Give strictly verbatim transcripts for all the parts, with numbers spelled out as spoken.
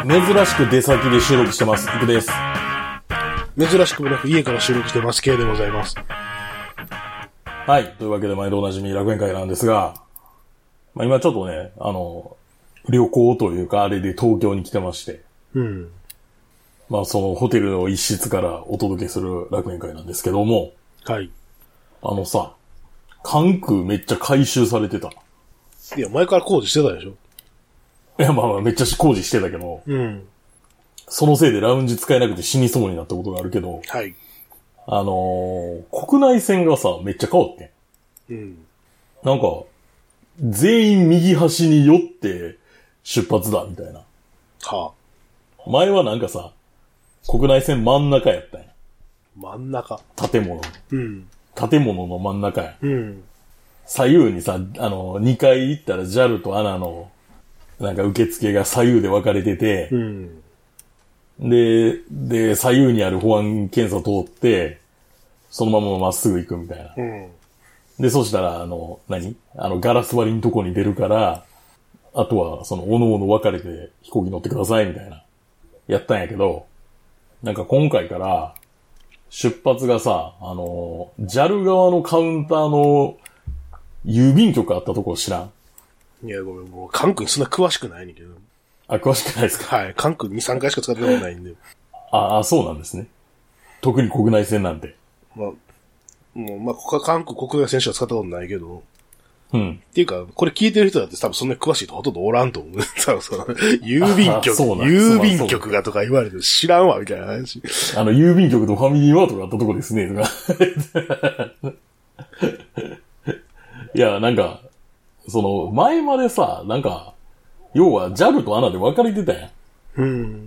珍しく出先で収録してます。いくです。 珍しくもなく家から収録してます。K でございます。 はい。というわけで毎度おなじみ楽園会なんですが、まあ、今ちょっとね、あの、旅行というかあれで東京に来てまして。 うん。 まあそのホテルの一室からお届けする楽園会なんですけども。 はい。 あのさ、関空めっちゃ改修されてた。 いや、前から工事してたでしょ？ いや、まあまあめっちゃ工事してたけど、 うん。 そのせいでラウンジ使えなくて死にそうになったことがあるけど、 はい。 あのー、国内線がさ、めっちゃ変わってん。 うん。 なんか、全員右端に寄って出発だ、みたいな。 はあ、前はなんかさ、国内線真ん中やったんや。 真ん中。 建物。 うん。 建物の真ん中や。 うん。左右にさ、あの、にかい行ったら ジャル と エーエヌエー の、なんか受付が左右で分かれてて、 うん。 で、で、左右にある保安検査通って、そのまままっすぐ行くみたいな。 うん。 で、そしたら、あの、何あの、ガラス割りのとこに出るから、あとは、その、おのおの分かれて飛行機乗ってください、みたいな。やったんやけど、なんか今回から、出発がさ、あの、ジャル 側のカウンターの郵便局あったとこ知らん？ いや、ごめん、もう、関空にそんな詳しくないねんけど。 あ、詳しくないですか？ はい。関空に、さんかいしか使ったことないんで。 ああ、そうなんですね。特に国内線なんて。 まあ、もう、まあ、ここは韓国国内選手は使ったことないけど。 うん。 っていうか、これ聞いてる人だって多分そんなに詳しい人ほとんどおらんと思う。多分その、郵便局、郵便局がとか言われて知らんわ、みたいな話。 あの、郵便局とファミリーマートがあったとこですね、とか。いや、なんか、その、前までさ、なんか、要は ジャル と エーエヌエー で分かれてたやん。 うん。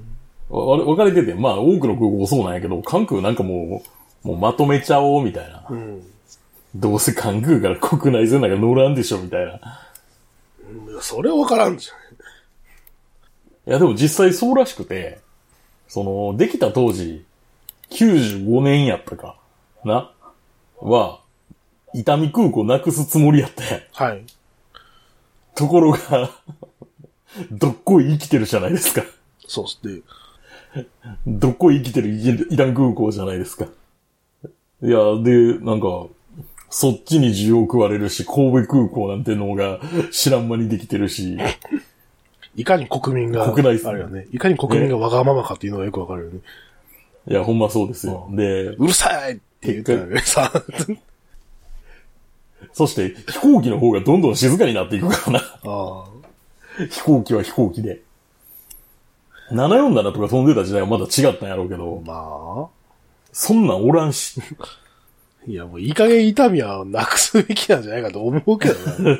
分かれてて、まあ多くの空港そうなんやけど、関空なんかもう、もうまとめちゃおう、みたいな。 うん。 どうせ関空から国内線なんか乗らんでしょ、みたいな。 うん、それは分からんじゃん。いや、でも実際そうらしくて、その、できた当時、きゅうじゅうごねんやったかなは、伊丹空港なくすつもりやったやん。 はい。 ところが、どっこい生きてるじゃないですか。 そうっすね。 どっこい生きてる伊丹空港じゃないですか。いや、で、なんか、そっちに需要食われるし、神戸空港なんてのが知らん間にできてるし。 いかに国民が、 国内あれよね。いかに国民がわがままかっていうのがよくわかるよね。 いや、ほんまそうですよ。で、 うるさいって言ったらね、さ。 そして、飛行機の方がどんどん静かになっていくからな。 あ飛行機は飛行機で。ななよんななとか飛んでた時代はまだ違ったんやろうけど。 まあ。 そんなんおらんし。 いや、もういい加減痛みはなくすべきなんじゃないかと思うけどな。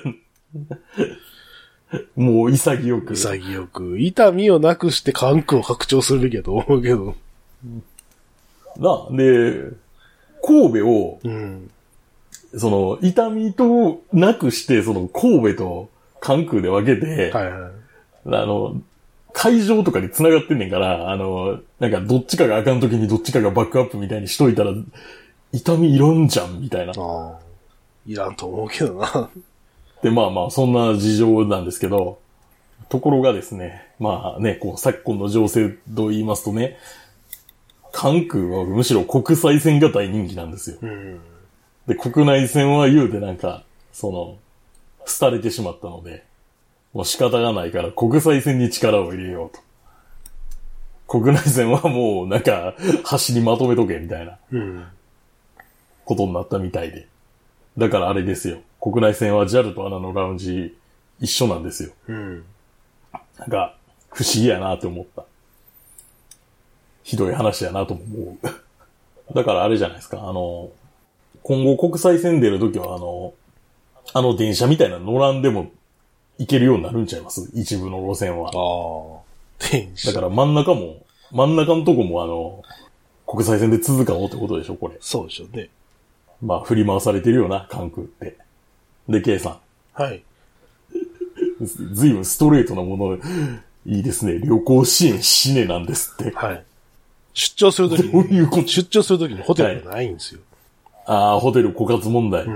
もう潔く。 潔く。痛みをなくして関空を拡張するべきだと思うけど。 な、で、神戸を、 うん、 その、痛みとなくして、その、神戸と関空で分けて、 はいはい。 あの、会場とかに繋がってんねんから、あの、なんかどっちかがあかん時にどっちかがバックアップみたいにしといたら、痛みいらんじゃん、みたいな。 ああ。いらんと思うけどな。 で、まあまあ、そんな事情なんですけど、ところがですね、まあね、こう、昨今の情勢と言いますとね、関空はむしろ国際線が大人気なんですよ。 うん、 で、国内線は言うてなんか、その、廃れてしまったので、もう仕方がないから国際線に力を入れようと。国内線はもうなんか、端にまとめとけみたいな、ことになったみたいで。だからあれですよ。国内線は ジャル と エーエヌエー のラウンジ一緒なんですよ。 うん、 なんか、不思議やなって思った。ひどい話やなとも思う。だからあれじゃないですか。あの、今後国際線出るときはあの、あの電車みたいな乗らんでも行けるようになるんちゃいます？一部の路線は。 ああ。電車。 だから真ん中も、真ん中のとこもあの、国際線で続かおうってことでしょ、これ。 そうでしょうね。 まあ、振り回されてるよな、関空って。で、K さん。 はい。 ずいぶんストレートなもの、いいですね。旅行支援しねなんですって。 はい。出張するときに、 どういうこと？ 出張するときにホテルがないんですよ。 はい、ああ、ホテル枯渇問題。 うん。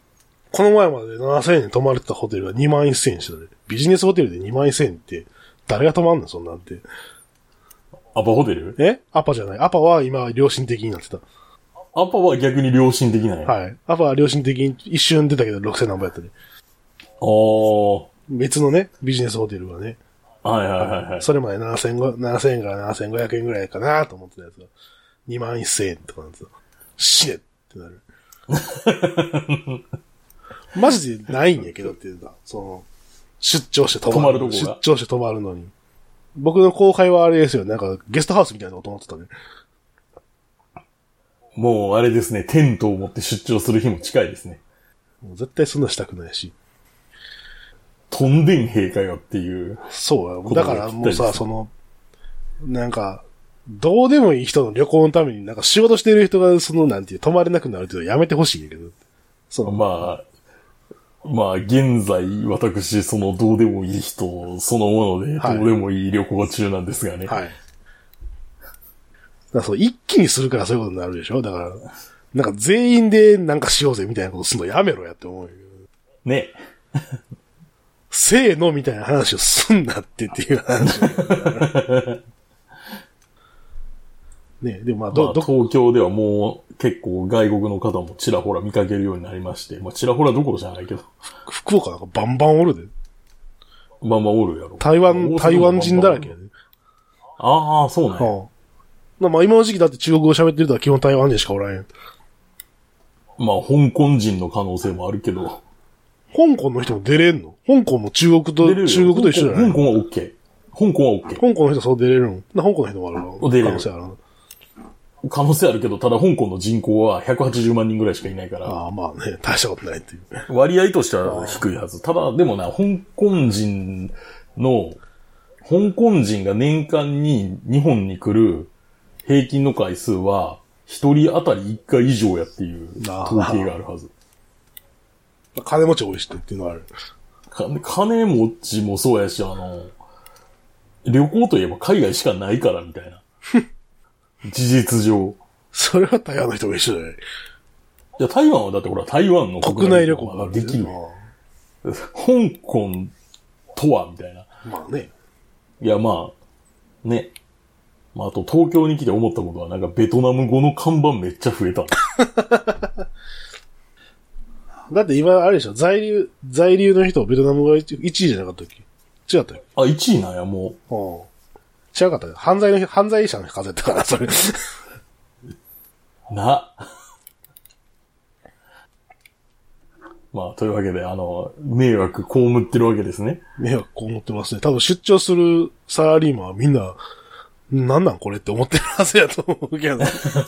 この前までななせんえんで泊まれてたホテルがにまんせんえんしたで。ビジネスホテルでにまんせんえんって、 誰が泊まんのそんなんて。 アパホテル？ えアパじゃない。アパは今、良心的になってた。 アパは逆に良心的なんや。 はい。アパは良心的に一瞬出たけどろくせん何ぼやったね。 ああ。 別のね、ビジネスホテルはね。 はいはいはいはい。 それまでななせんごひゃく、ななせんえんからななせんごひゃくえんぐらいかなと思ってたやつが、にまんせんえんとかなんですよ。死ねってなる。マジでないんやけどっていうか、その、出張して泊まる。 泊まるとこが出張して泊まるのに。僕の後輩はあれですよ、なんかゲストハウスみたいなのを泊まってたね。 もうあれですね、テントを持って出張する日も近いですね。 もう絶対そんなしたくないし。 飛んでんへいかよっていう。 そうよ。だからもうさ、その、なんか、どうでもいい人の旅行のために、なんか仕事してる人が、その、なんていう、泊まれなくなるっていうのはやめてほしいんやけど。そのまあ、まあ、現在、私、その、どうでもいい人、そのもので、 はいどうでもいい旅行中なんですがね。 はい。だからそう、一気にするからそういうことになるでしょだから、なんか全員でなんかしようぜみたいなことするのやめろやって思うよ。 ね。 せーのみたいな話をすんなってっていう話。ねでもまあ、ど、 まあ、 ど、 東京ではもう結構外国の方もちらほら見かけるようになりまして、まあちらほらどころじゃないけど。 福岡なんかバンバンおるで。 まあまあおるやろ。 台湾、台湾人だらけやで。 ああ、そうね。 はあ、まあ今の時期だって中国語喋ってる人は基本台湾人しかおらんやん。 まあ香港人の可能性もあるけど。 香港の人も出れんの？香港も中国と、中国と一緒じゃない？ 香港は OK。香港は OK。 香港の人そう出れるの？香港の人もあるの？ 出れる。 可能性あるの？ 可能性あるけど、ただ香港の人口はひゃくはちじゅうまんにんぐらいしかいないから。 ああ、まあね、大したことないっていう。 割合としては低いはず。ただ、でもな、香港人の、香港人が年間に日本に来る平均の回数は、一人当たり一回以上やっていう統計があるはず。 金持ち多い人っていうのはある。 金持ちもそうやし、あの、旅行といえば海外しかないからみたいな。事実上。 それは台湾の人も一緒じゃない。 いや、台湾はだってほら、台湾の国内旅行ができる。香港とは、みたいな。 まあね。 いや、まあ、ね。まあ、あと東京に来て思ったことは、なんかベトナム語の看板めっちゃ増えた。 だって今、あれでしょ、在留、在留の人、ベトナムがいちいじゃなかったっけ？違ったっけ？ あ、いちいなんや、もう。うん。違かったよ。犯罪の、犯罪者の数やったから、それ。 な。まあ、というわけで、あの、迷惑被ってるわけですね。 迷惑被ってますね。多分出張するサラリーマンはみんな、なんなんこれって思ってるはずやと思うけど。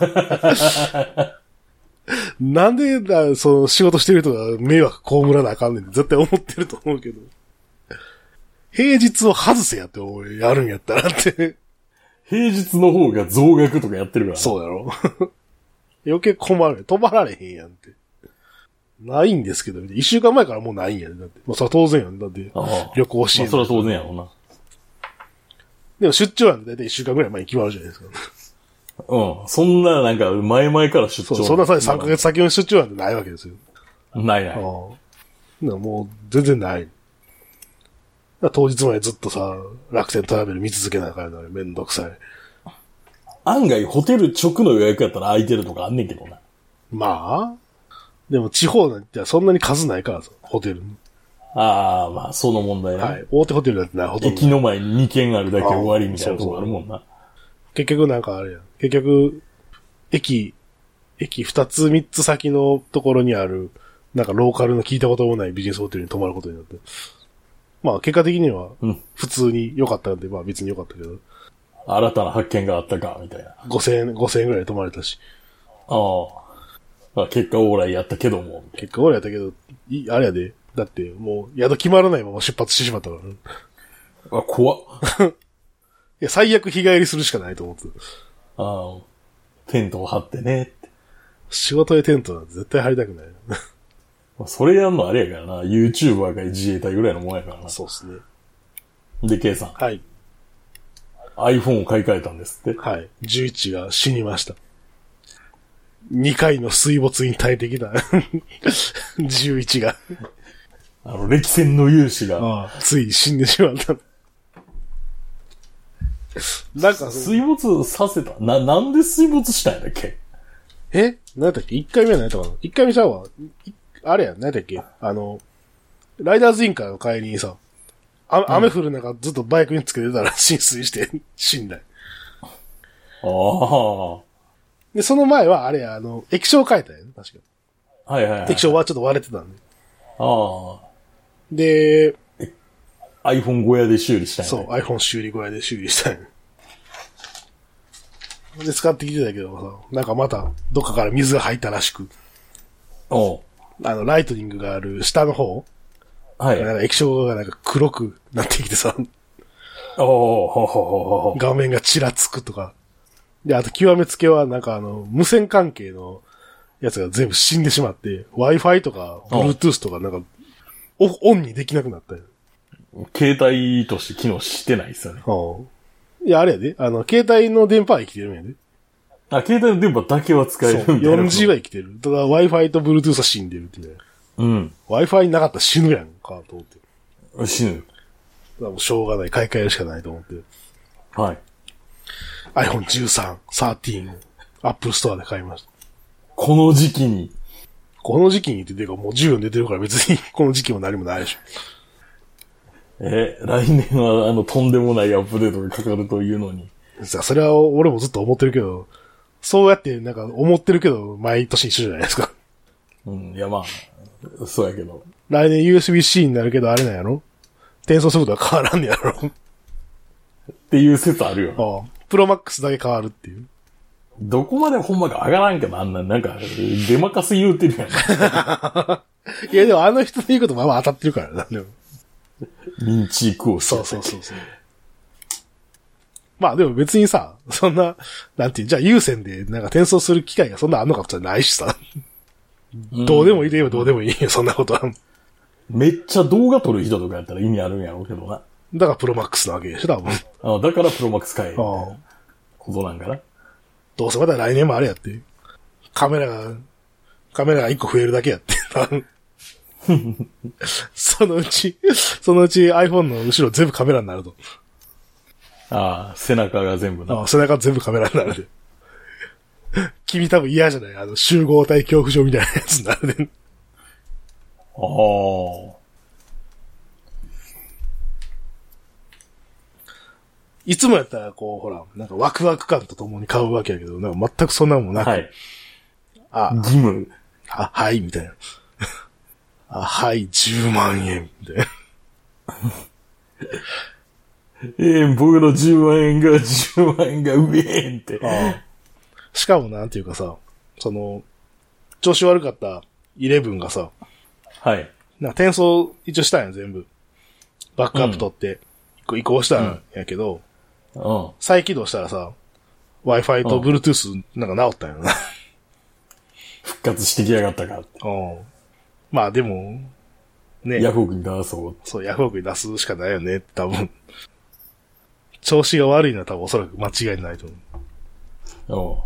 なんでだ、その仕事してる人が迷惑被らなあかんねんって絶対思ってると思うけど。平日を外せやって思う。やるんやったらって。 平日の方が増額とかやってるから。 そうやろ。余計困る。止まられへんやんって。ないんですけど、一週間前からもうないんやね。だって。まあ、それは当然やん。だって、旅行支援、 まあ、それは当然やろうな。 でも出張なんでだいたい一週間ぐらい前に決まるじゃないですか。 うん。そんな、なんか、前々から出張。 そう、そんなさ、さんかげつ先の出張なんてないわけですよ。 ないない。 ああ。もう、全然ない。当日までずっとさ、楽天トラベル見続けなあかんのめんどくさい。 案外、ホテル直の予約やったら空いてるとかあんねんけどな。 まあ。でも地方なんてそんなに数ないからさ、ホテルに。 ああ、まあ、その問題ね。 はい。大手ホテルなんてない、ほとんど。 駅の前ににけんあるだけ終わりみたいなとこあるもんな。 結局なんかあれやん。結局、駅、駅二つ三つ先のところにある、なんかローカルの聞いたこともないビジネスホテルに泊まることになって。まあ結果的には、普通に良かったんで、うん、まあ別に良かったけど。 新たな発見があったか、みたいな。 ごせんえん、ごせんえんぐらいで泊まれたし。 ああ。まあ結果オーライやったけども。 結果オーライやったけど、い、あれやで。だって、もう、宿決まらないまま出発してしまったから、ね。 あ、怖っ。 いや、最悪日帰りするしかないと思って。 ああ。テントを張ってねって。 仕事でテントなんて絶対張りたくない。 それやんのあれやからな。YouTuber が自衛隊ぐらいのもんやからな。 そうっすね。 で、K さん。 はい。 iPhone を買い替えたんですって。 はい。じゅういちが死にました。にかいの水没に耐えてきた。じゅういちが。 あの、歴戦の勇士が。 ああ、ついに死んでしまった。 なんか、 水没させたな、なんで水没したんやったっけ？ えなんだっけ一回目は何やったかな一回目ちゃうわ。あれやん、何やったっけあの、ライダーズインカーの帰りにさ、あ、うん、雨降る中ずっとバイクにつけてたら浸水して死んだよ。 ああ。 で、その前はあれや、あの、液晶変えたよね、確か。 はいはいはい。 液晶はちょっと割れてたんで。 ああ。 で、 iPhone 小屋で修理したんや、 ね。そう、iPhone 修理小屋で修理したんや。で、使ってきてたけどさ、なんかまた、どっかから水が入ったらしく。 おう。 あの、ライトニングがある下の方。 はい。 なんか液晶がなんか黒くなってきてさ。 おおほほほほ。 画面がちらつくとか。で、あと極めつけはなんかあの、無線関係のやつが全部死んでしまって、Wi-Fi とか、Bluetooth とかなんか、オフ、オンにできなくなったよ。 携帯として機能してないですよね。 いや、あれやで。あの、携帯の電波は生きてるんやで。 あ、携帯の電波だけは使えるみたいな。 よんジー は生きてる。ただ Wi-Fi と Bluetooth は死んでるってね。 うん。 Wi-Fi なかったら死ぬやんか、と思って。 死ぬ。 だからもうしょうがない。買い替えるしかないと思って。 はい。 アイフォンじゅうさん、じゅうさん、Apple Store で買いました。 この時期に。 この時期にっていうかもうじゅうよん出てるから別にこの時期も何もないでしょ。 え、来年はあのとんでもないアップデートがかかるというのに。 それは俺もずっと思ってるけど、そうやってなんか思ってるけど毎年一緒じゃないですか。 うん、いやまあ、そうやけど。 来年 ユーエスビー-C になるけどあれなんやろ？転送速度は変わらんねやろっていう説あるよ。 ああ。プロマックスだけ変わるっていう。 どこまでほんまか上がらんけど、あんな、なんか、出まかす言うてるやん。 いやでもあの人の言うことまあまあ当たってるからな。でもミンチークをそうそうそうそう。まあでも別にさ、そんな、なんていう、じゃあ有線でなんか転送する機会がそんなあんのかってないしさ。うん、どうでもいいで言えばどうでもいいよ、そんなことは。 めっちゃ動画撮る人とかやったら意味あるんやろうけどな。 だからプロマックスなわけでしょ、多分。 ああだからプロマックス買え。ことなんかな。 どうせまた来年もあれやって。カメラが、カメラが一個増えるだけやって。そのうち、そのうち iPhone の後ろ全部カメラになると。 ああ、背中が全部な。 ああ、背中全部カメラになるで。君多分嫌じゃない？あの、集合体恐怖症みたいなやつになるで。 ああ。 いつもやったらこう、ほら、なんかワクワク感とともに買うわけやけど、なんか全くそんなもんなく。 はい。 あ、 義務。 あ、はい、みたいな。あ、はい、じゅうまんえん、みたいな。 えー、僕のじゅうまんえんが、じゅうまんえんが上えんって。 ああ。しかもなんていうかさ、その、調子悪かったじゅういちがさ、 はい。 なんか転送一応したんや、全部。バックアップ取って、移行したんやけど、 うん。 再起動したらさ、Wi-Fi と Bluetooth なんか治ったんやな。 復活してきやがったかって。 うん。まあでも、ね。 ヤフオクに出そう。 そう、ヤフオクに出すしかないよね、多分。調子が悪いのは多分おそらく間違いないと思う。 おう。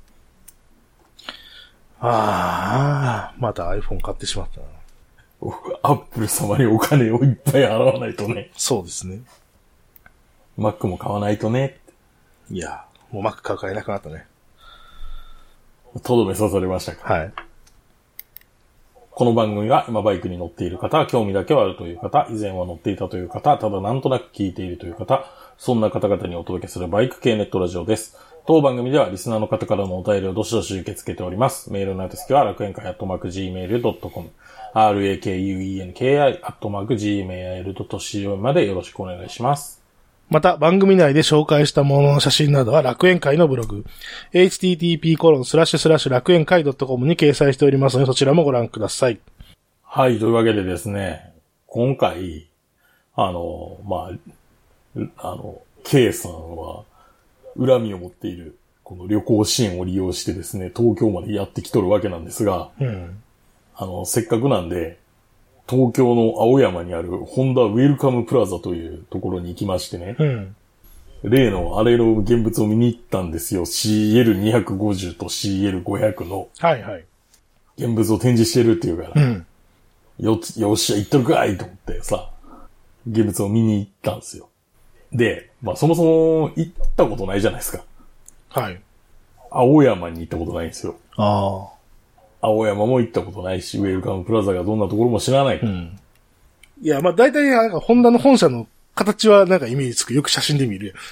ああ、また iPhone 買ってしまったな。 アップル様にお金をいっぱい払わないとね。 そうですね。 Mac も買わないとね。 いや、もう Mac 買えなくなったね。 とどめ刺されましたか。 はい。 この番組は今バイクに乗っている方、興味だけはあるという方、以前は乗っていたという方、ただなんとなく聞いているという方、そんな方々にお届けするバイク系ネットラジオです。当番組ではリスナーの方からのお便りをどしどし受け付けております。メールの宛先は楽園会アットマーク ジーメールドットコム、ラクエンカイ アットマーク ジーメールドットコム までよろしくお願いします。 また、番組内で紹介したものの写真などは楽園会のブログ、エイチティーティーピーコロンスラッシュスラッシュ楽園会ドットコム に掲載しておりますので、そちらもご覧ください。 はい、というわけでですね、今回、あの、まあ、あの、K さんは、恨みを持っている、この旅行支援を利用してですね、東京までやってきとるわけなんですが、 うん、 あの、せっかくなんで、東京の青山にあるホンダウェルカムプラザというところに行きましてね、 うん、 例のあれの現物を見に行ったんですよ。シーエルにひゃくごじゅう と シーエルごひゃく のはいはい。 現物を展示してるっていうから、 うん、 よ、よっしゃ行っとるかいと思ってさ、現物を見に行ったんですよ。 で、まあそもそも行ったことないじゃないですか。 はい。 青山に行ったことないんですよ。 ああ。青山も行ったことないし、ウェルカムプラザがどんなところも知らない。 うん。いや、まあ大体なんかホンダの本社の形はなんかイメージつく。よく写真で見るやん。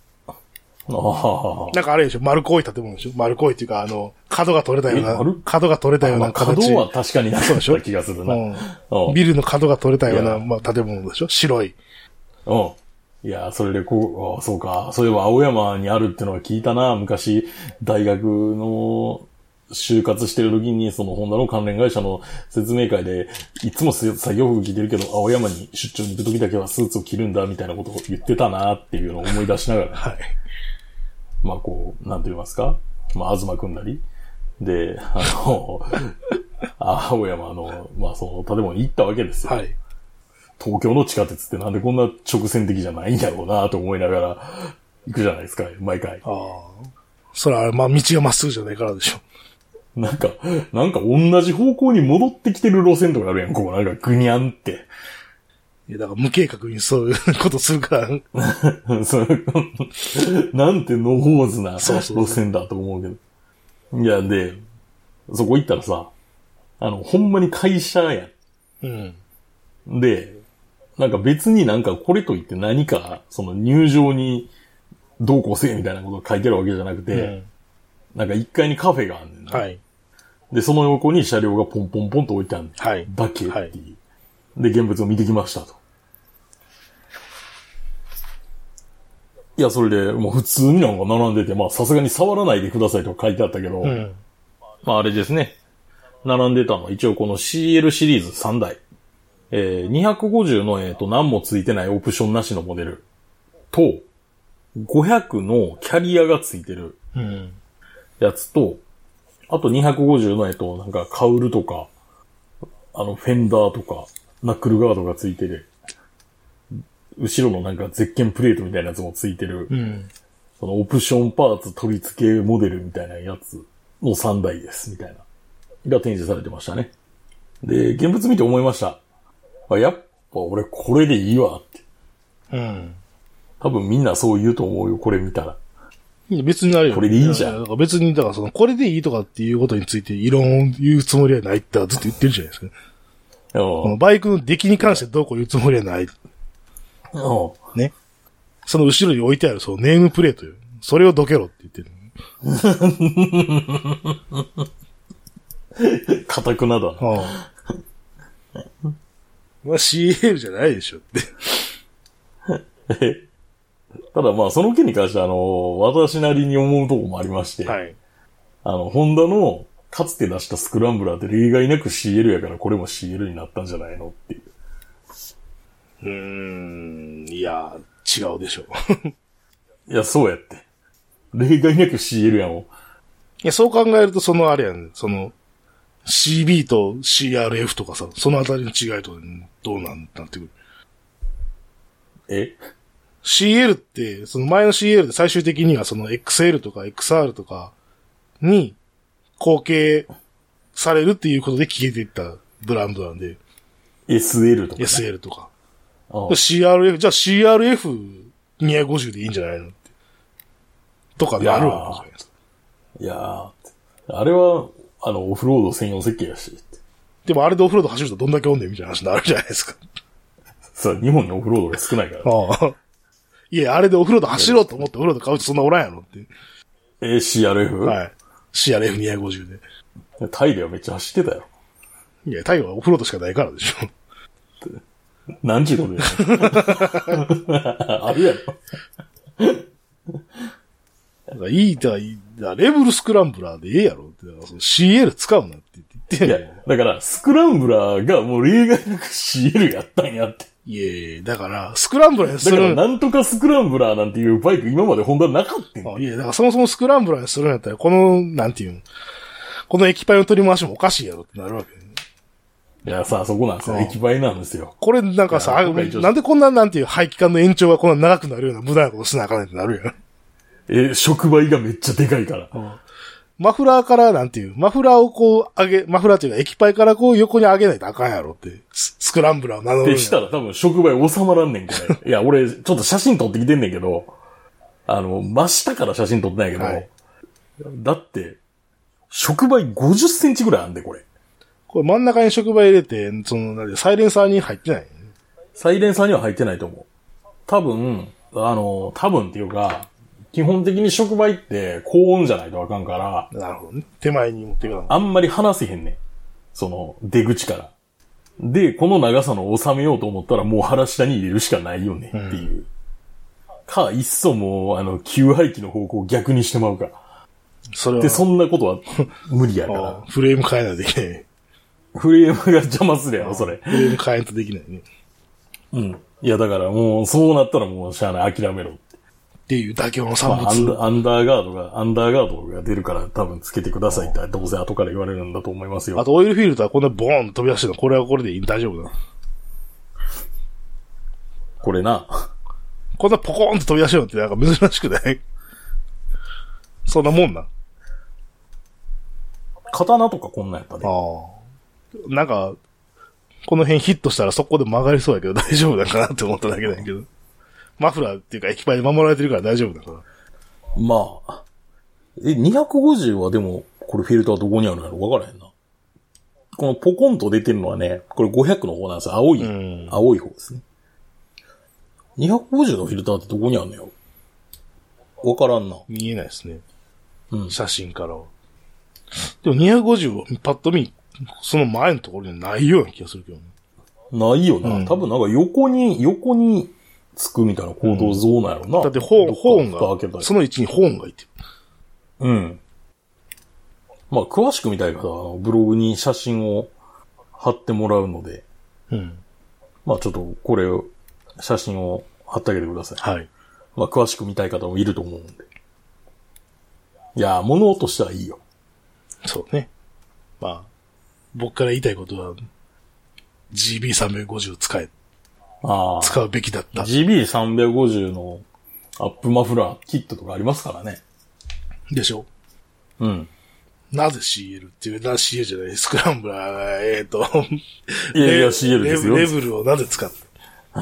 ああ。 なんかあれでしょ、丸っこい建物でしょ、丸っこいっていうか、あの、角が取れたような、角が取れたような形。 角は確かになかった気がするな。 うん、ビルの角が取れたような、まあ、建物でしょ、白い。 うん。いや、それでこう、あそうか。そういえば青山にあるってのは聞いたな。昔、大学の就活してる時に、そのホンダの関連会社の説明会で、いつも作業服着てるけど、青山に出張に行く時だけはスーツを着るんだ、みたいなことを言ってたなっていうのを思い出しながら。 はい。 まあこう、なんて言いますか、まあ、東組んだり。で、あの、青山の、まあその建物に行ったわけですよ。 はい。 東京の地下鉄ってなんでこんな直線的じゃないんやろうなと思いながら行くじゃないですか、毎回。 ああ。それは、まあ道がまっすぐじゃないからでしょ。 なんか、なんか同じ方向に戻ってきてる路線とかあるやん、ここなんかグニャンって。 いや、だから無計画にそういうことするから。 なんてノホーズな路線だと思うけど。そうそうそういや、で、そこ行ったらさ、あの、ほんまに会社やん。 うん。で、なんか別になんかこれといって何か、その入場にどうこうせえみたいなことが書いてあるわけじゃなくて、うん、なんか一階にカフェがあんねんな。 はい。で、 その横に車両がポンポンポンと置いてある、 はい、 だけっていう、はい。で、現物を見てきましたと。いや、それで、もう普通になんか並んでて、まあさすがに触らないでくださいと書いてあったけど、うん、まああれですね。並んでたのは一応この シーエル シリーズさんだい。えー、にひゃくごじゅうの、えっと、何もついてないオプションなしのモデルと、ごひゃくのキャリアがついてるやつと、うん、あとにひゃくごじゅうの、えっと、なんかカウルとか、あの、フェンダーとか、ナックルガードがついてる。後ろのなんかゼッケンプレートみたいなやつもついてる。 うん、 そのオプションパーツ取り付けモデルみたいなやつのさんだいです、みたいな。が展示されてましたね。で、現物見て思いました。やっぱ俺これでいいわって。 うん。 多分みんなそう言うと思うよ、これ見たら。 別になるよ。 これでいいじゃん。 だから別に、だからその、これでいいとかっていうことについて異論を言うつもりはないってずっと言ってるじゃないですか。このバイクの出来に関してどうこう言うつもりはない。ね。その後ろに置いてあるそのネームプレートよ。それをどけろって言ってる。 かたくなだ。 ああまあ シーエル じゃないでしょってただまあその件に関してはあの、私なりに思うところもありまして。 はい。 あの、ホンダのかつて出したスクランブラーって例外なく シーエル やからこれも シーエル になったんじゃないのっていう。 うーん、いや、違うでしょ。 いや、そうやって。例外なく シーエル やもん。いや、そう考えるとそのあれやねん、その、シービー と シーアールエフ とかさ、そのあたりの違いとどうなんなってくる。 えシーエル って、その前の シーエル で最終的にはその エックスエル とか エックスアール とかに後継されるっていうことで消えていったブランドなんで。 エスエル とか、ね。 エスエル とか。シーアールエフ、じゃあ シーアールエフにひゃくごじゅう でいいんじゃないのって。とかなるわけじゃないですか。 いやー、あれは、あの、オフロード専用設計やし。 でもあれでオフロード走るとどんだけおんねんみたいな話になるじゃないですか。 そう、日本にオフロードが少ないから。 ああ。いや、あれでオフロード走ろうと思ってオフロード買う人そんなおらんやろって。 えー、シーアールエフ? はい。シーアールエフにひゃくごじゅう で。 タイではめっちゃ走ってたよ。 いや、タイはオフロードしかないからでしょ。 なんちゅうことやあるやろ。 なんかいいとはいい。レブルスクランブラーでええやろって。だからその シーエル 使うなって言ってんやん。いや、だからスクランブラーがもう例外なく シーエル やったんやって。 いやいや、だからスクランブラーにする。 だからなんとかスクランブラーなんていうバイク今までホンダなかったんや。 いや、だからそもそもスクランブラーにするんやったら、この、なんていうの、この液体の取り回しもおかしいやろってなるわけ。 いやさ、そこなんですよ。液体なんですよ。 これなんかさ、なんでこんななんていう排気管の延長がこんな長くなるような無駄なことしなあかんねんってなるやん。 え、触媒がめっちゃでかいから。 うん、マフラーからなんていう、マフラーをこう上げ、マフラーっていうか液体からこう横に上げないとあかんやろって。 スクランブラーを名乗るんや。 ってしたら多分触媒収まらんねん、これ。いや、俺、ちょっと写真撮ってきてんねんけど、あの、真下から写真撮ってないけど、はい、だって、触媒ごじゅっセンチぐらいあんで、これ。 これ真ん中に触媒入れて、その、なんで、サイレンサーに入ってない？ サイレンサーには入ってないと思う。多分、あの、多分っていうか、基本的に触媒って高温じゃないとあかんから。 なるほどね。手前に持っていかない。 あんまり離せへんねん。その、出口から。で、この長さの収めようと思ったらもう腹下に入れるしかないよねっていう。うん、か、いっそもう、あの、給排気の方向を逆にしてまうか。 それは。 で、そんなことは無理やから。 フレーム変えないといけない。 フレームが邪魔するやろ、それ。 フレーム変えんとできないね。 うん。いや、だからもう、そうなったらもう、しゃあない、諦めろ。 っていう妥協の産物、 まあ、アンダーガードが、アンダーガードが出るから多分つけてくださいってどうせ後から言われるんだと思いますよ。 あとオイルフィルターこんなボーンと飛び出してるの、これはこれでいい、大丈夫だ。 これな。 こんなポコーンと飛び出してるのってなんか珍しくないそんなもんな。 刀とかこんなんやったね。 ああ。なんか、この辺ヒットしたらそこで曲がりそうやけど大丈夫だかなって思っただけだけど。マフラーっていうか液パイで守られてるから大丈夫だから。 まあ。え、にひゃくごじゅうはでも、これフィルターどこにあるのやろわからへんな。このポコンと出てるのはね、これごひゃくの方なんですよ。青い、うん、青い方ですね。にひゃくごじゅうのフィルターってどこにあるのよわからんな。 見えないですね。 うん。 写真からは。でもにひゃくごじゅうはパッと見、その前のところにないような気がするけどね。 ないよな。うん、多分なんか横に、横に、つくみたいな構造像なんやろな。 うん、だってホーン、ホーンが、その位置にホーンがいてる。うん。まあ、詳しく見たい方は、ブログに写真を貼ってもらうので。 うん。 まあ、ちょっと、これを、写真を貼ってあげてください。 はい。 まあ、詳しく見たい方もいると思うんで。いやー、物としてはいいよ。 そうね。まあ、僕から言いたいことは、ジービーさんびゃくごじゅう 使え。 ああ。 使うべきだった。 ジービーさんびゃくごじゅう のアップマフラーキットとかありますからね。 でしょ？ うん。 なぜ シーエル っていう、な シーエル じゃない、スクランブラー、えっ、ー、と、 いやいや シーエル ですよ。 レブルをなぜ使った？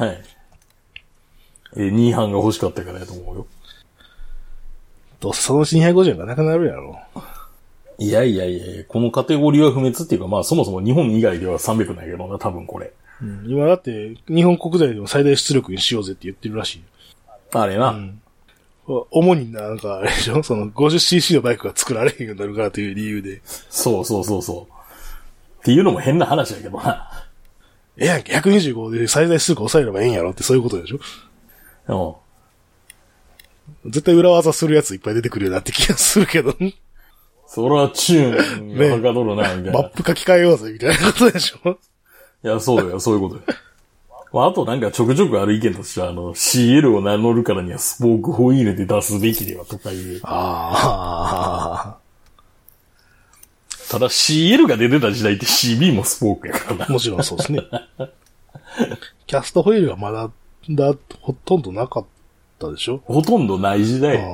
はい。えー、に班が欲しかったからやと思うよ。 どうせそのうちにひゃくごじゅうえんがなくなるやろ。 いやいやいや、このカテゴリーは不滅っていうか、まあそもそも日本以外ではさんびゃくないけどな、多分これ。 うん、今だって、日本国内でも最大出力にしようぜって言ってるらしい。 あれな。 うん。主になんか、あれでしょその ごじゅっシーシー のバイクが作られへんようになるからという理由で。 そうそうそうそう。っていうのも変な話だけどな。 ええやんけ、ひゃくにじゅうごで最大出力抑えればええんやろってそういうことでしょ？うん。絶対裏技するやついっぱい出てくるようになって気がするけど。 それはチューンがはかどるな、みたいな。 マップ書き換えようぜ、みたいなことでしょ？ いや、そうよ、そういうことよ。まあ、あとなんかちょくちょくある意見としては、あの、シーエル を名乗るからにはスポークホイールで出すべきではとかいう。 ああ。 ただ シーエル が出てた時代って シービー もスポークやからな。 もちろんそうですね。キャストホイールがまだ、だ、ほとんどなかったでしょ？ ほとんどない時代。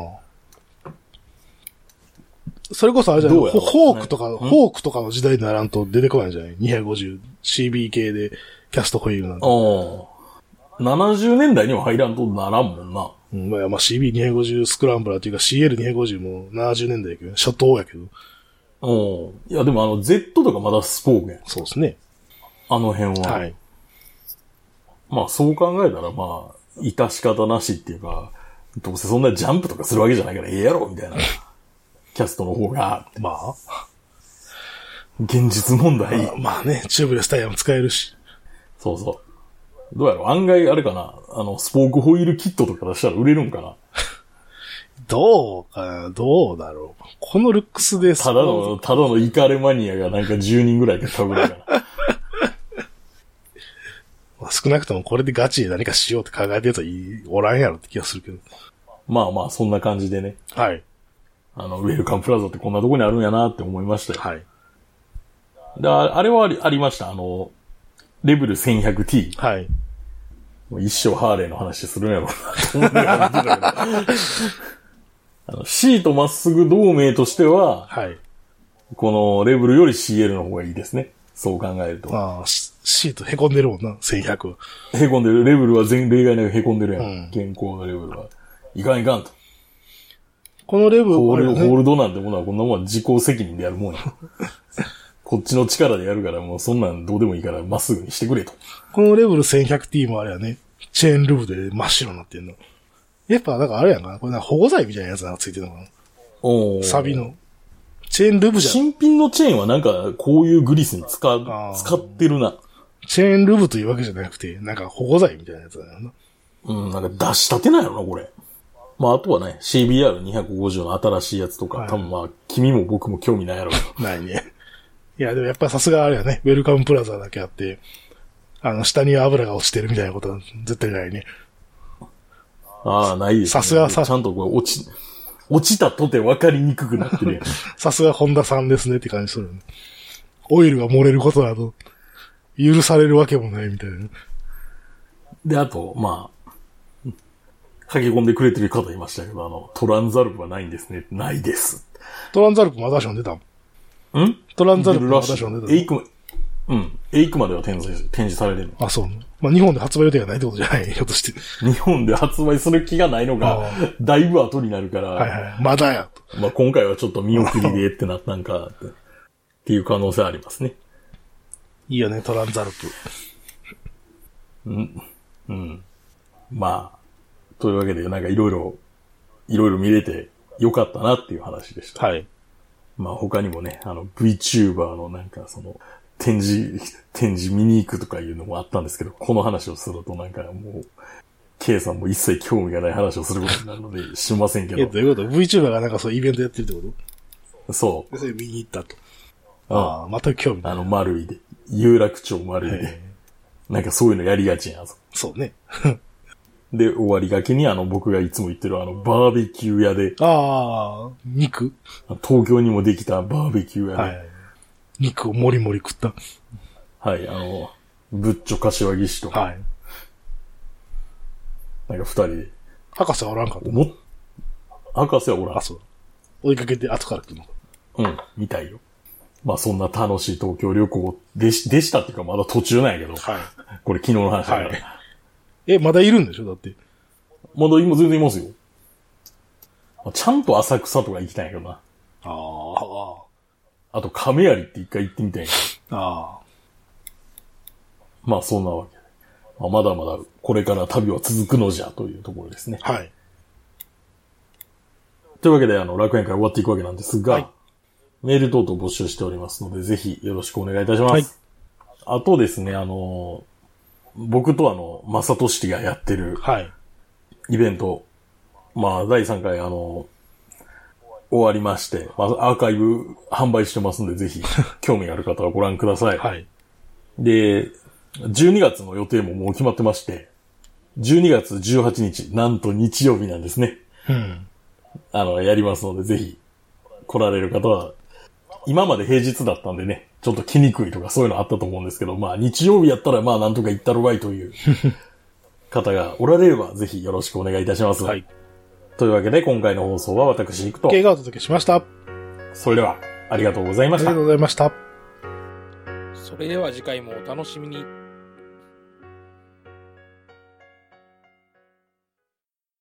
それこそあれじゃない、ホークとか、ホークとかの時代にならんと出てこないんじゃない ?にひゃくごじゅうシービー 系でキャストホイールなんて。 ああ。ななじゅうねんだいには入らんとならんもんな。 うん、まあ、まあ シービーにひゃくごじゅう スクランブラーっていうか シーエルにひゃくごじゅう もななじゅうねんだいやけど、初頭やけど。 うん。いや、でもあの、Z とかまだスポークやん。 そうですね。 あの辺は。はい。まあ、そう考えたら、まあ、致し方なしっていうか、どうせそんなジャンプとかするわけじゃないからええやろ、みたいな。キャストの方が。 まあ。 現実問題。 まあ、まあね、チューブレスタイヤも使えるし。 そうそう。どうやろう案外あれかなあの、スポークホイールキットとか出したら売れるんかなどうかなどうだろうこのルックスでただの、ただのイカレマニアがなんかじゅうにんぐらいで買うぐらいかな。 まあ、少なくともこれでガチで何かしようって考えてるやつはいいおらんやろって気がするけど。 まあまあ、そんな感じでね。 はい。 あの、ウェルカムプラザってこんなとこにあるんやなって思いましたよ。 はい。 で、あれはあり、ありました。あの、レベル せんひゃくティー。 はい。 もう一生ハーレーの話するんやろうなと思ってたけど。あの、シートまっすぐ同盟としては、 はい。 このレベルより シーエル の方がいいですね。そう考えると。 ああ、 シート凹んでるもんな、せんひゃくは。 へこんでる。レベルは全例外なくへこんでるやん。 うん、 健康のレベルは。いかんいかんと。 このレベル、 ホール、 ね、 ホールドなんてものはこんなもんは自己責任でやるもんや。こっちの力でやるからもうそんなんどうでもいいからまっすぐにしてくれと。 このレベル せんひゃくティー もあれやね、チェーンルーブで真っ白になってんの。やっぱ、なんかあれやんかな、これなんか保護剤みたいなやつがついてるのかな。 おー。 サビの。チェーンルーブじゃん。 新品のチェーンはなんかこういうグリスに使う、使ってるな。 チェーンルーブというわけじゃなくて、なんか保護剤みたいなやつだよな。 うん、なんか出したてなんやろな、これ。まあ、あとはね、シービーアールにひゃくごじゅう の新しいやつとか、はい、多分まあ、君も僕も興味ないやろう。 ないね。いや、でもやっぱさすがあれやね、ウェルカムプラザだけあって、あの、下に油が落ちてるみたいなことは絶対ないね。 ああ、ないですね。 さすがさ、 ちゃんとこう落ち、落ちたとて分かりにくくなってるやん。 さすがホンダさんですねって感じするよね。オイルが漏れることなど、許されるわけもないみたいな。 で、あと、まあ、駆け込んでくれてる方いましたけど、あの、トランザルプはないんですね。ないです。 トランザルプまだション出たんんトランザルプまだション出たエイク、うん。エイクまでは展示、展示されてるの。 あ、そう。まあ、日本で発売予定がないってことじゃないひょっとして。 日本で発売する気がないのが、だいぶ後になるから。 はいはい。まだやと。まあ、今回はちょっと見送りでってなったんかって、っていう可能性ありますね。 いいよね、トランザルプ。 うん。うん。まあ、というわけで、なんかいろいろ、いろいろ見れてよかったなっていう話でした。 はい。 まあ他にもね、あの VTuber のなんかその、展示、展示見に行くとかいうのもあったんですけど、この話をするとなんかもう、K さんも一切興味がない話をすることになるので、しませんけど。 え、どういうこと ?VTuber がなんかそうイベントやってるってことそう。 それ見に行ったと。ああ、全く興味ない。 あの丸いで。有楽町丸いで。なんかそういうのやりがちやん。 そうね。 で、終わりがけにあの僕がいつも言ってるあのバーベキュー屋で。 ああ、肉東京にもできたバーベキュー屋で。はい。 肉をもりもり食った。 はい、あの、ぶっちょ柏木氏とか。はい。なんか二人で。 博士はおらんかったも博士はおらん。 あ、そう。追いかけて後から来るの。 うん、みたいよ。まあそんな楽しい東京旅行でし、でしたっていうかまだ途中なんやけど。はい。これ昨日の話だから。はい。 え、まだいるんでしょだって。 まだ今全然いますよ。ちゃんと浅草とか行きたいんやけどな。ああ。あと亀有って一回行ってみたいんやけど。ああ。まあそんなわけで。まあ、まだまだこれから旅は続くのじゃというところですね。はい。というわけであの楽園会終わっていくわけなんですが、はい、メール等々募集しておりますので、ぜひよろしくお願いいたします。はい、あとですね、あの、僕とあの、マサトシティがやってる、はい。イベント、まあ、だいさんかいあの、終わりまして、まあ、アーカイブ販売してますんで、ぜひ、興味がある方はご覧ください。はい。で、じゅうにがつの予定ももう決まってまして、じゅうにがつじゅうはちにち、なんと日曜日なんですね。うん。あの、やりますので、ぜひ、来られる方は、今まで平日だったんでね、ちょっと来にくいとかそういうのあったと思うんですけど、まあ日曜日やったらまあなんとか行ったろがいという方がおられれば、ぜひよろしくお願いいたします。はい。というわけで今回の放送は私行くと。 K がお届けしました。 それでは、ありがとうございました。 ありがとうございました。 それでは次回もお楽しみに。